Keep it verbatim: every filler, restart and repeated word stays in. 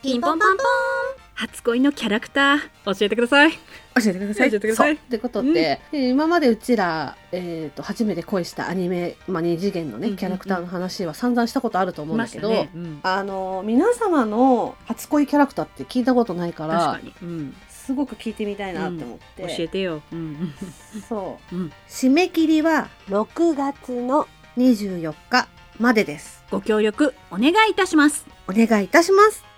ピンポンパンポン。初恋のキャラクター教えてください。 教えてください。 教えてください。 ってことで、うん、今までうちら、えー、と初めて恋したアニメ、まあ、に次元のね、うんうんうん、キャラクターの話は散々したことあると思うんだけど、ねうん、あの皆様の初恋キャラクターって聞いたことないから確かに、うん、 すごく聞いてみたいなって思って、 うん、教えてよ、うん、 そう、うん、締め切りはろくがつのにじゅうよっかまでです。 ご協力お願いいたします。 お願いいたします。